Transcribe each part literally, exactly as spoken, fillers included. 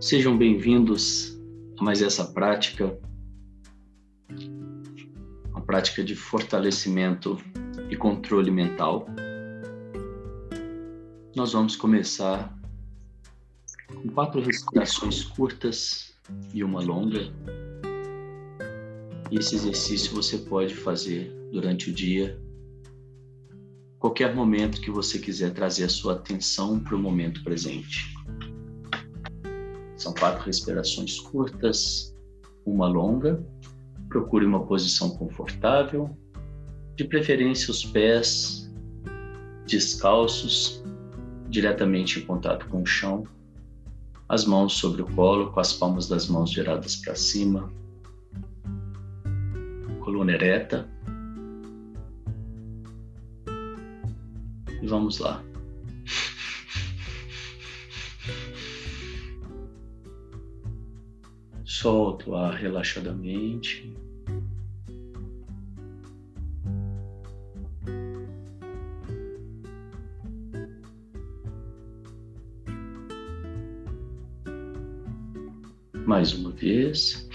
Sejam bem-vindos a mais essa prática, uma prática de fortalecimento e controle mental. Nós vamos começar com quatro respirações curtas e uma longa. E esse exercício você pode fazer durante o dia, qualquer momento que você quiser trazer a sua atenção para o momento presente. São quatro respirações curtas, uma longa. Procure uma posição confortável, de preferência os pés descalços, diretamente em contato com o chão, as mãos sobre o colo, com as palmas das mãos viradas para cima, coluna ereta. E vamos lá. Solta o ar relaxadamente. Mais uma vez.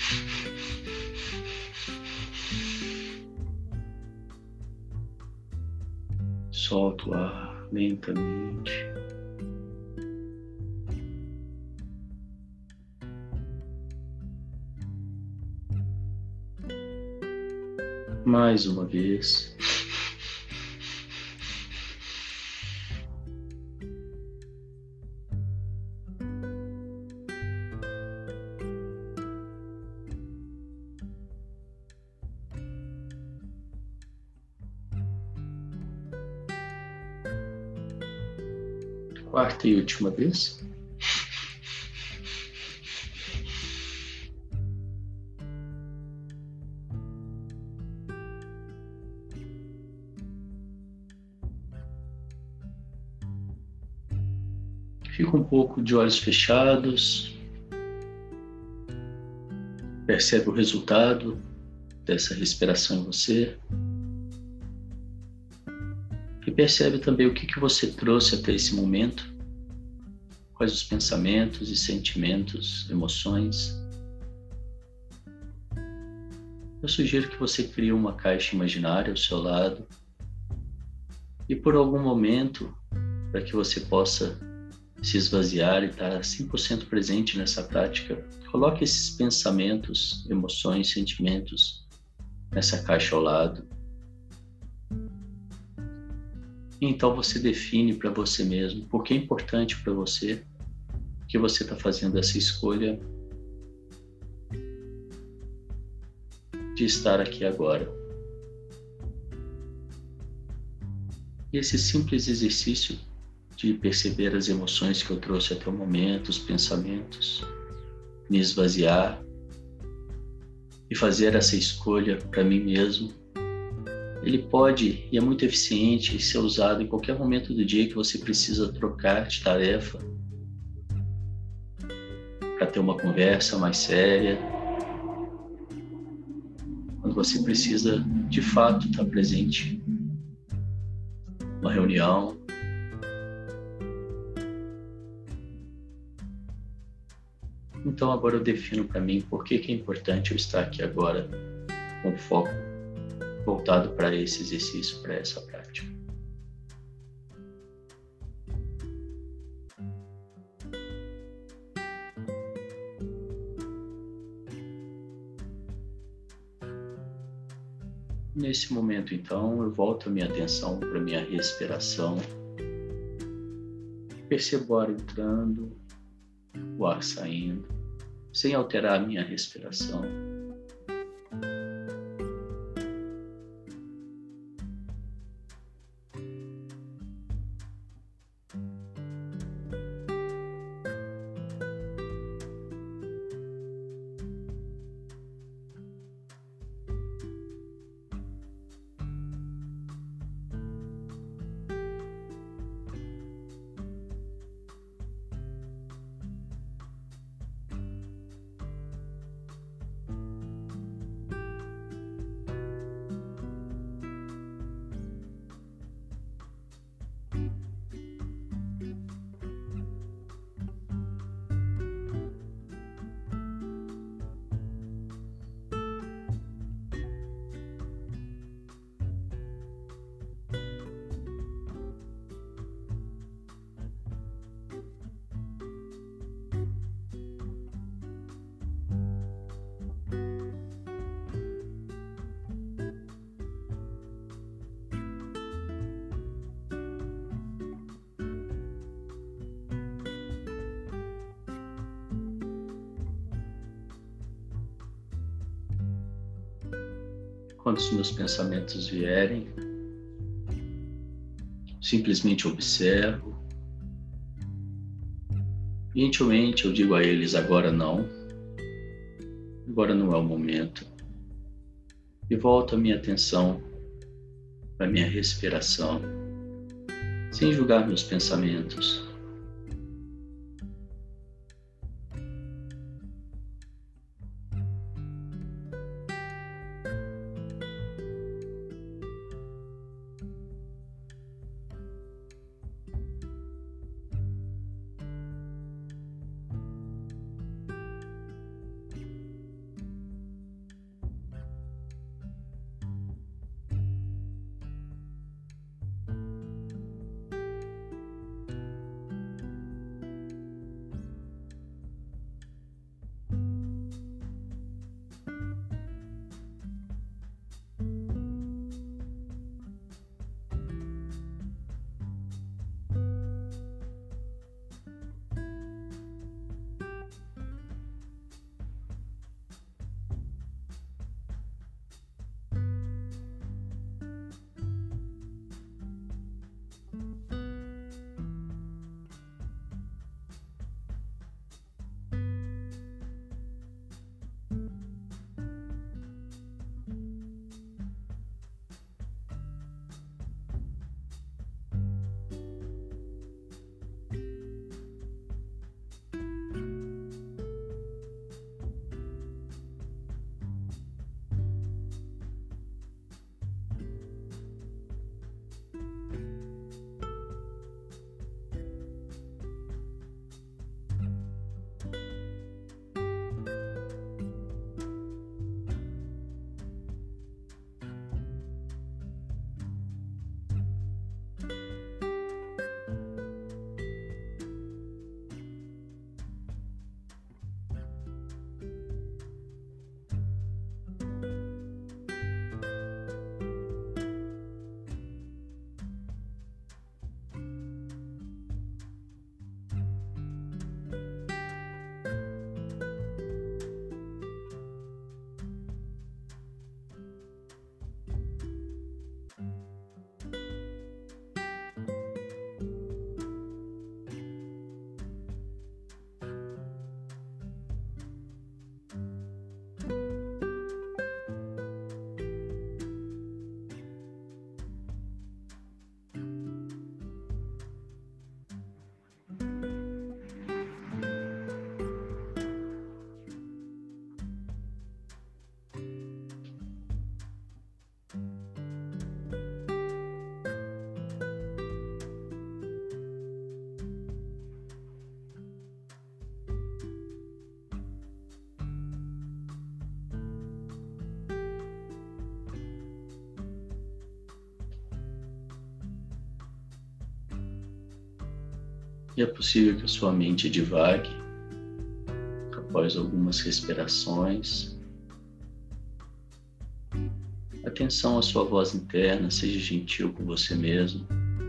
Solta o ar lentamente. Mais uma vez. Quarta e última vez. Fica um pouco de olhos fechados. Percebe o resultado dessa respiração em você. E percebe também o que, que você trouxe até esse momento. Quais os pensamentos e sentimentos, emoções. Eu sugiro que você crie uma caixa imaginária ao seu lado. E por algum momento, para que você possa se esvaziar e estar cem por cento presente nessa prática, coloque esses pensamentos, emoções, sentimentos nessa caixa ao lado. E então você define para você mesmo por que é importante para você que você está fazendo essa escolha de estar aqui agora. E esse simples exercício de perceber as emoções que eu trouxe até o momento, os pensamentos, me esvaziar e fazer essa escolha para mim mesmo, ele pode e é muito eficiente ser usado em qualquer momento do dia que você precisa trocar de tarefa para ter uma conversa mais séria, quando você precisa de fato estar presente numa reunião. Então agora eu defino para mim por que que é importante eu estar aqui agora com foco voltado para esse exercício, para essa prática. Nesse momento, então, eu volto a minha atenção para a minha respiração. Percebo o ar entrando, o ar saindo, sem alterar a minha respiração. Quando os meus pensamentos vierem, simplesmente observo. Gentilmente eu digo a eles: agora não, agora não é o momento. E volto a minha atenção para a minha respiração, sem julgar meus pensamentos. E é possível que a sua mente divague após algumas respirações. Atenção à sua voz interna, seja gentil com você mesmo.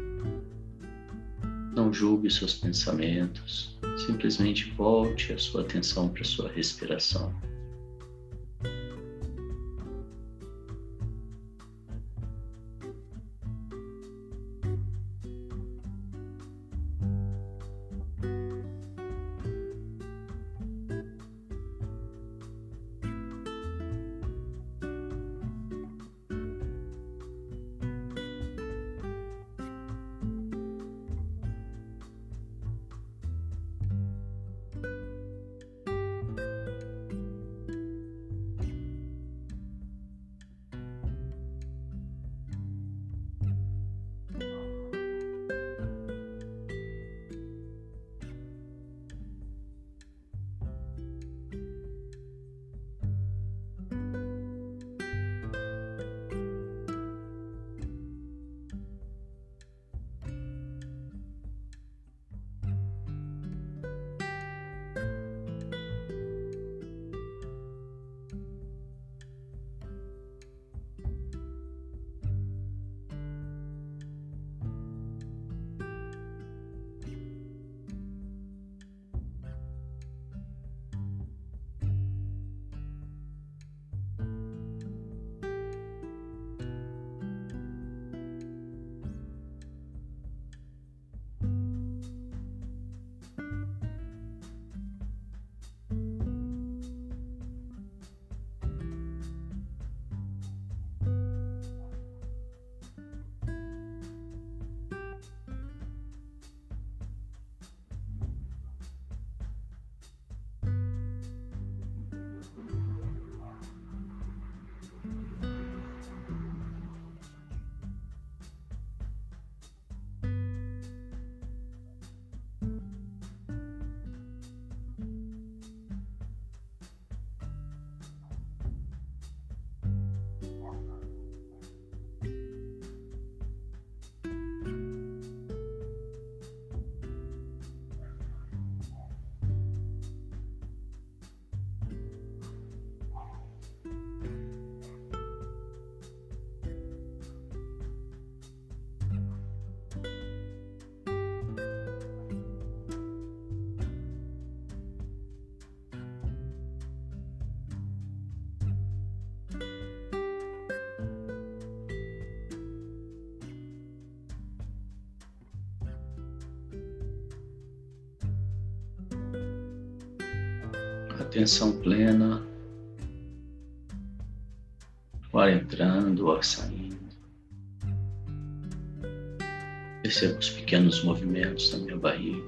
Não julgue seus pensamentos, simplesmente volte a sua atenção para a sua respiração. atenção plena, o ar entrando, o ar saindo. Percebo os pequenos movimentos da minha barriga.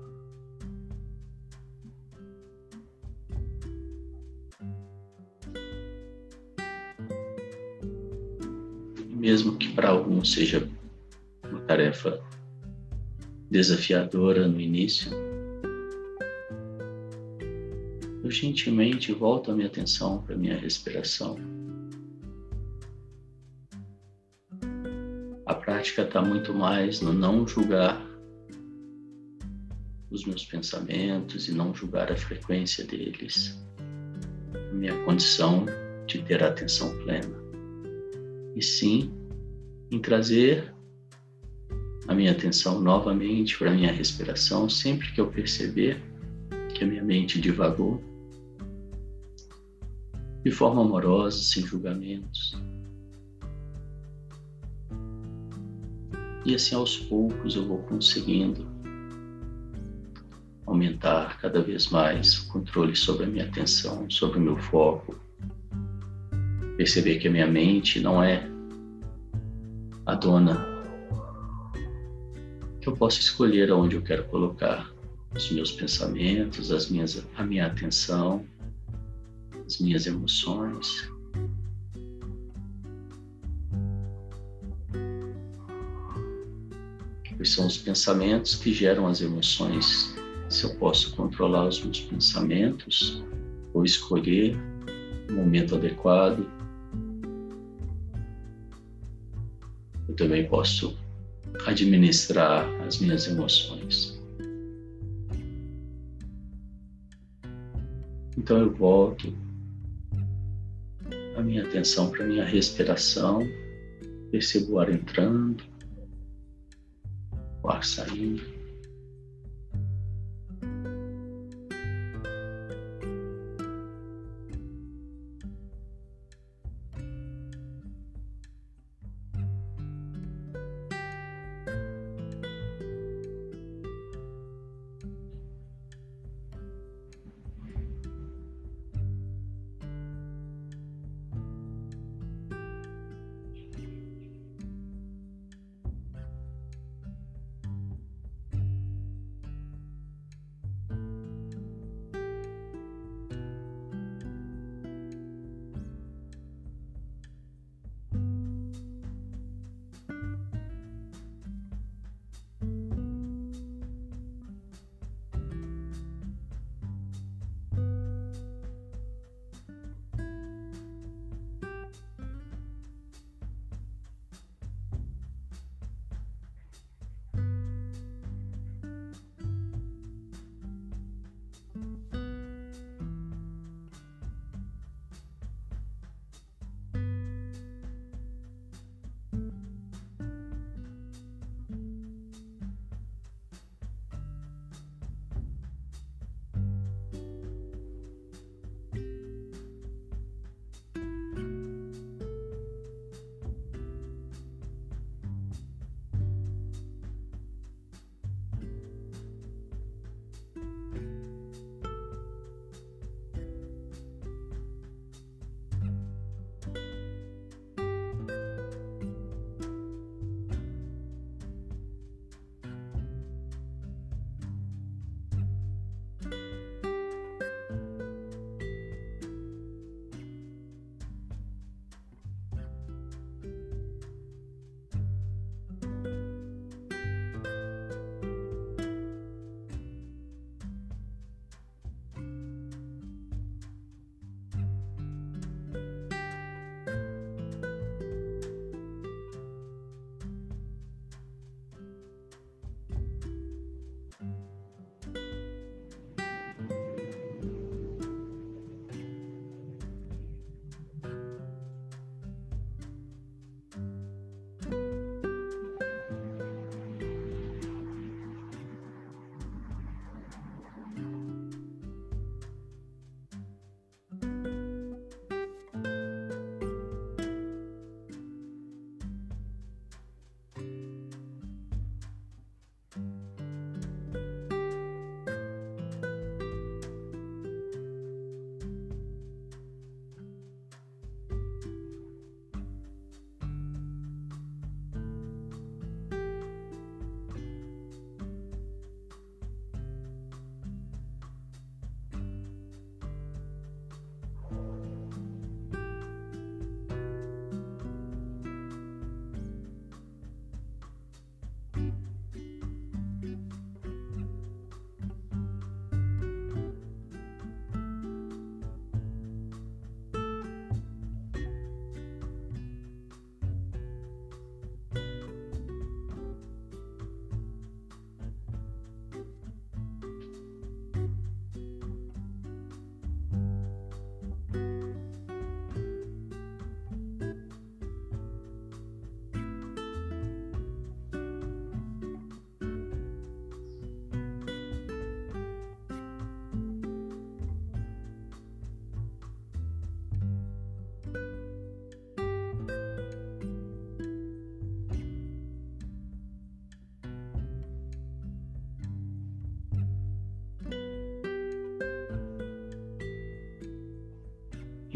E mesmo que para alguns seja uma tarefa desafiadora no início, eu gentilmente volto a minha atenção para a minha respiração. A prática está muito mais no não julgar os meus pensamentos e não julgar a frequência deles, a minha condição de ter a atenção plena, e sim em trazer a minha atenção novamente para a minha respiração sempre que eu perceber que a minha mente divagou, de forma amorosa, sem julgamentos. E assim aos poucos eu vou conseguindo aumentar cada vez mais o controle sobre a minha atenção, sobre o meu foco. Perceber que a minha mente não é a dona, que eu posso escolher aonde eu quero colocar os meus pensamentos, as minhas, a minha atenção, as minhas emoções. Pois são os pensamentos que geram as emoções. Se eu posso controlar os meus pensamentos ou escolher o momento adequado, eu também posso administrar as minhas emoções. Então eu volto a minha atenção para a minha respiração, percebo o ar entrando, o ar saindo.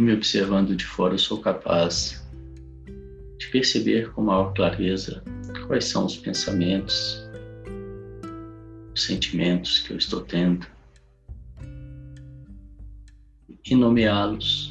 me observando de fora, eu sou capaz de perceber com maior clareza quais são os pensamentos, os sentimentos que eu estou tendo e nomeá-los.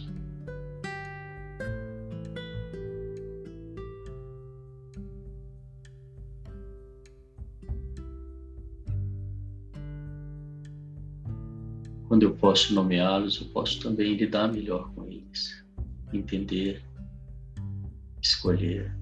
Quando eu posso nomeá-los, eu posso também lidar melhor com eles, entender, escolher.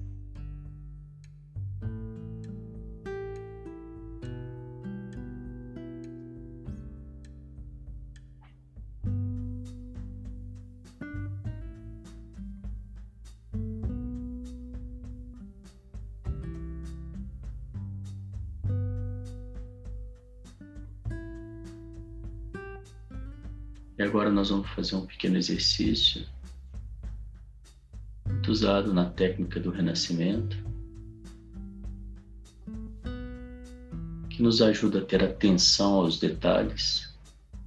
E agora nós vamos fazer um pequeno exercício muito usado na técnica do renascimento, que nos ajuda a ter atenção aos detalhes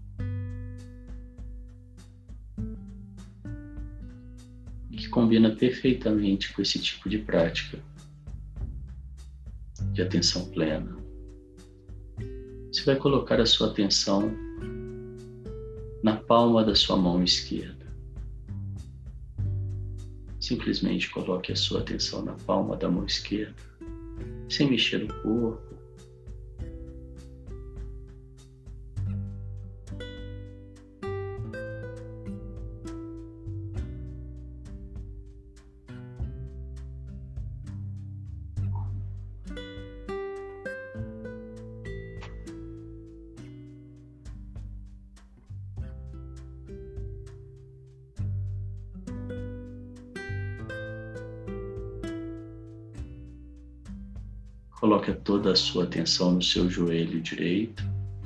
e que combina perfeitamente com esse tipo de prática de atenção plena. Você vai colocar a sua atenção na palma da sua mão esquerda. Simplesmente coloque a sua atenção na palma da mão esquerda, sem mexer o corpo. Coloque toda a sua atenção no seu joelho direito.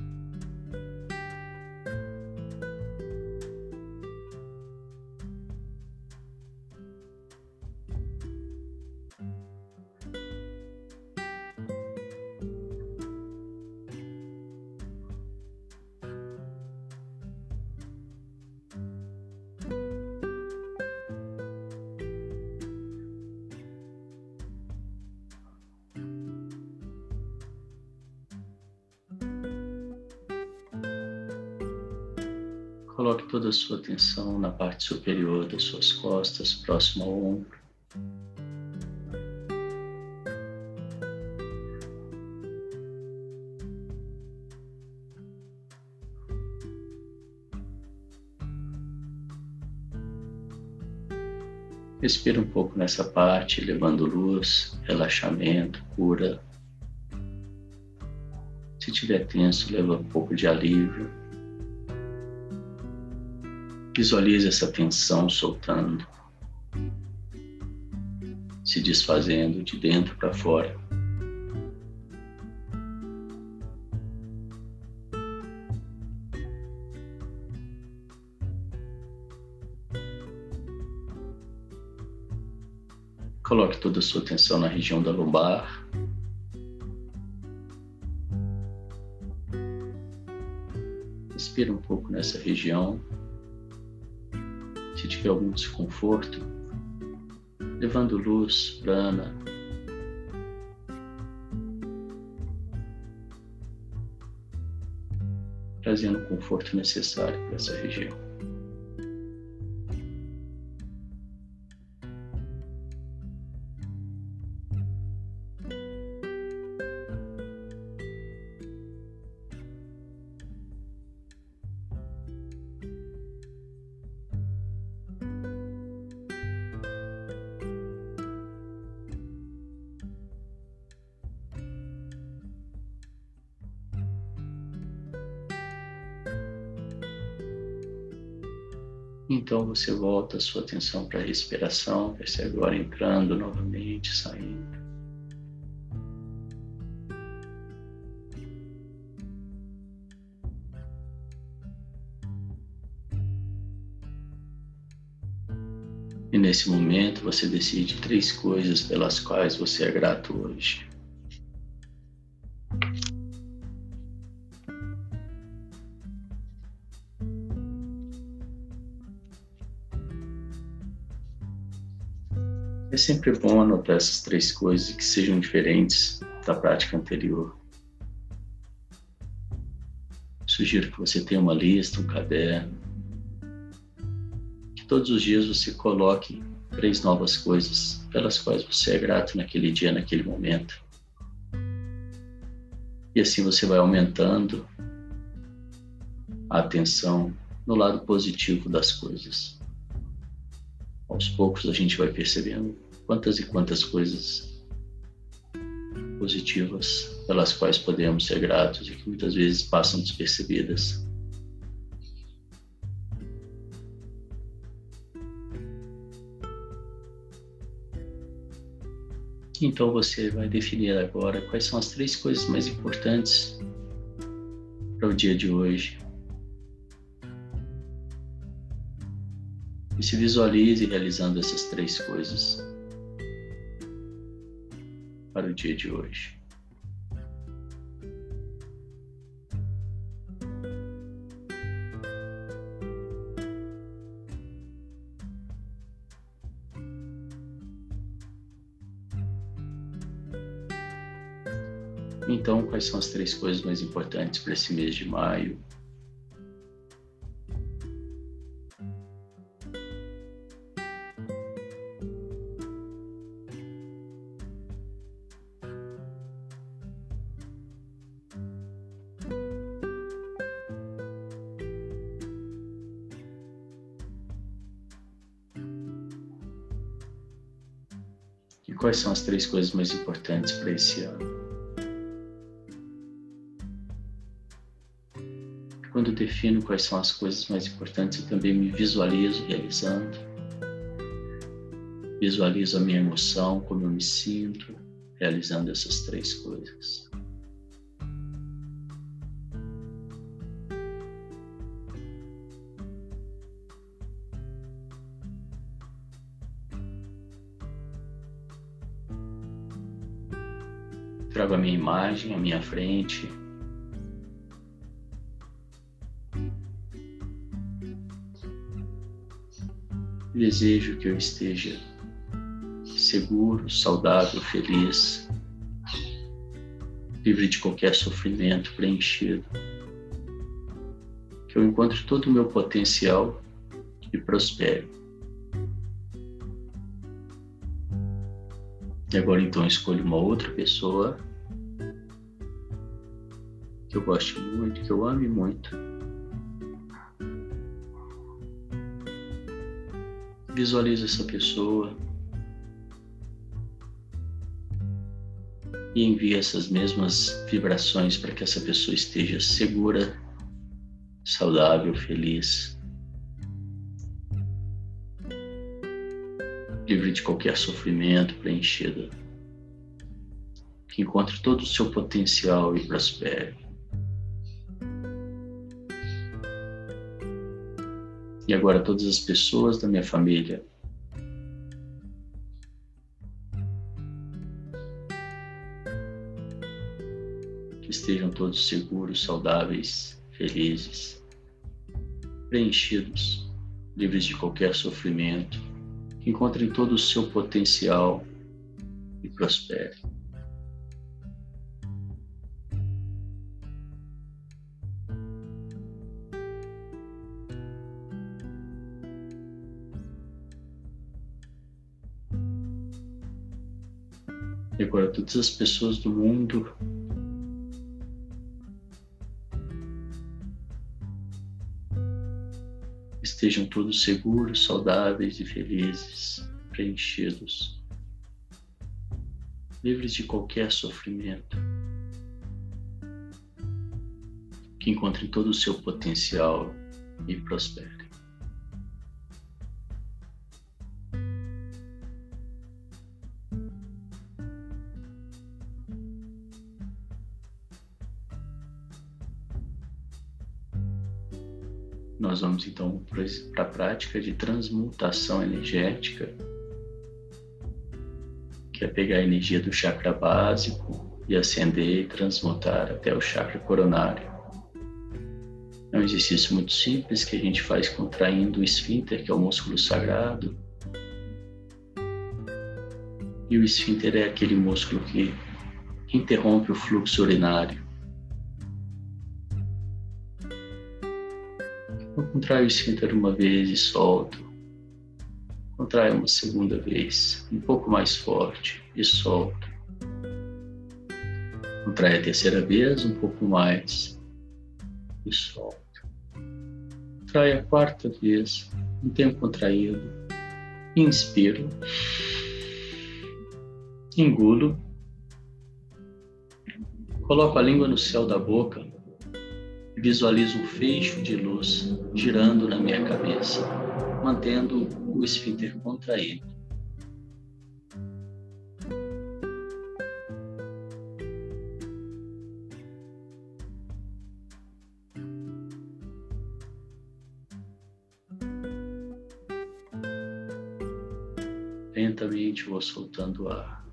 Coloque toda a sua atenção na parte superior das suas costas, próximo ao ombro. Respira um pouco nessa parte, levando luz, relaxamento, cura. Se estiver tenso, leva um pouco de alívio. Visualize essa tensão soltando, se desfazendo de dentro para fora. Coloque toda a sua atenção na região da lombar. Respira um pouco nessa região. Se tiver algum desconforto, levando luz, prana, trazendo o conforto necessário para essa região. Então você volta a sua atenção para a respiração, percebe o ar entrando novamente, saindo. E nesse momento você decide três coisas pelas quais você é grato hoje. É sempre bom anotar essas três coisas que sejam diferentes da prática anterior. Sugiro que você tenha uma lista, um caderno, que todos os dias você coloque três novas coisas pelas quais você é grato naquele dia, naquele momento. E assim você vai aumentando a atenção no lado positivo das coisas. Aos poucos a gente vai percebendo quantas e quantas coisas positivas pelas quais podemos ser gratos e que muitas vezes passam despercebidas. Então você vai definir agora quais são as três coisas mais importantes para o dia de hoje. E se visualize realizando essas três coisas para o dia de hoje. Então, quais são as três coisas mais importantes para esse mês de maio? E quais são as três coisas mais importantes para esse ano? Quando eu defino quais são as coisas mais importantes, eu também me visualizo realizando. Visualizo a minha emoção, como eu me sinto, realizando essas três coisas. Trago a minha imagem à minha frente. Desejo que eu esteja seguro, saudável, feliz, livre de qualquer sofrimento, preenchido. Que eu encontre todo o meu potencial e prospere. E agora então escolho uma outra pessoa que eu goste muito, que eu ame muito. Visualizo essa pessoa e envio essas mesmas vibrações para que essa pessoa esteja segura, saudável, feliz, livre de qualquer sofrimento, preenchida, que encontre todo o seu potencial e prospere. E agora todas as pessoas da minha família que estejam todos seguros, saudáveis, felizes, preenchidos, livres de qualquer sofrimento, que encontrem todo o seu potencial e prosperem. E agora todas as pessoas do mundo estejam todos seguros, saudáveis e felizes, preenchidos, livres de qualquer sofrimento, que encontrem todo o seu potencial e prosperem. Nós vamos então para a prática de transmutação energética, que é pegar a energia do chakra básico e ascender e transmutar até o chakra coronário. É um exercício muito simples que a gente faz contraindo o esfíncter, que é o músculo sagrado, E o esfíncter é aquele músculo que interrompe o fluxo urinário. Eu contraio o esfíncter uma vez e solto. Contraio uma segunda vez, um pouco mais forte, e solto. Contrai a terceira vez, um pouco mais, e solto. Contrai a quarta vez, mantenho contraído. Inspiro. Engulo. Coloco a língua no céu da boca e visualizo um feixe de luz girando na minha cabeça, mantendo o esfíncter contraído. Lentamente vou soltando o ar.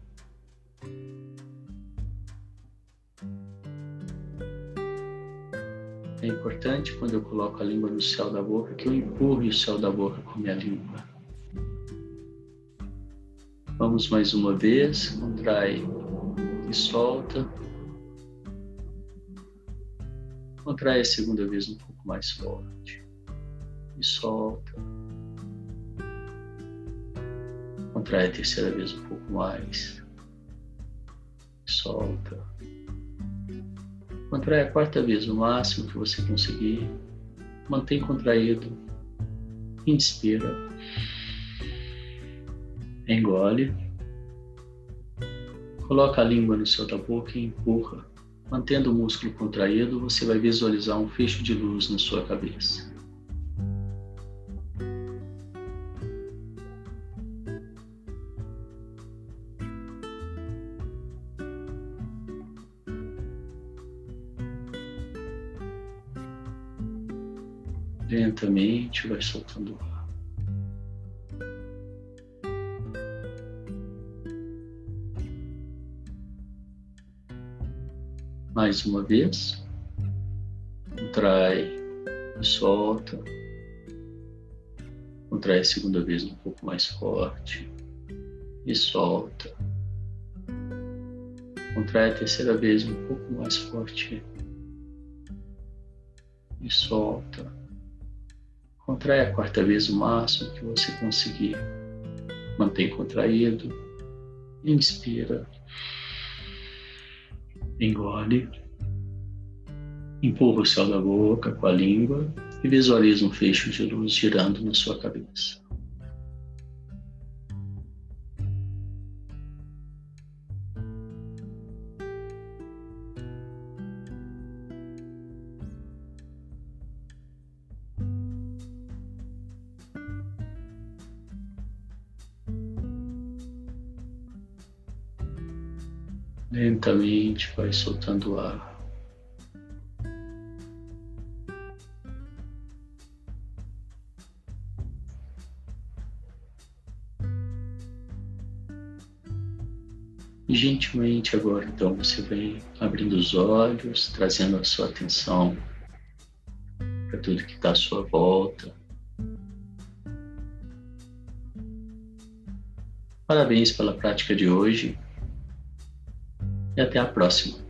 É importante, quando eu coloco a língua no céu da boca, que eu empurre o céu da boca com a minha língua. Vamos mais uma vez, contrai e solta. Contrai a segunda vez um pouco mais forte e solta. Contrai a terceira vez um pouco mais e solta. Contrai a quarta vez o máximo que você conseguir. Mantém contraído. Inspira. Engole. Coloca a língua no céu da boca e empurra. Mantendo o músculo contraído, você vai visualizar um feixe de luz na sua cabeça. Lentamente vai soltando o ar. Mais uma vez. Contrai e solta. Contrai a segunda vez um pouco mais forte e solta. Contrai a terceira vez um pouco mais forte e solta. Contrai a quarta vez o máximo que você conseguir. Mantém contraído. Inspira. Engole. Empurra o céu da boca com a língua e visualiza um feixe de luz girando na sua cabeça. Lentamente vai soltando o ar. E gentilmente agora, então, você vem abrindo os olhos, trazendo a sua atenção para tudo que está à sua volta. Parabéns pela prática de hoje e até a próxima.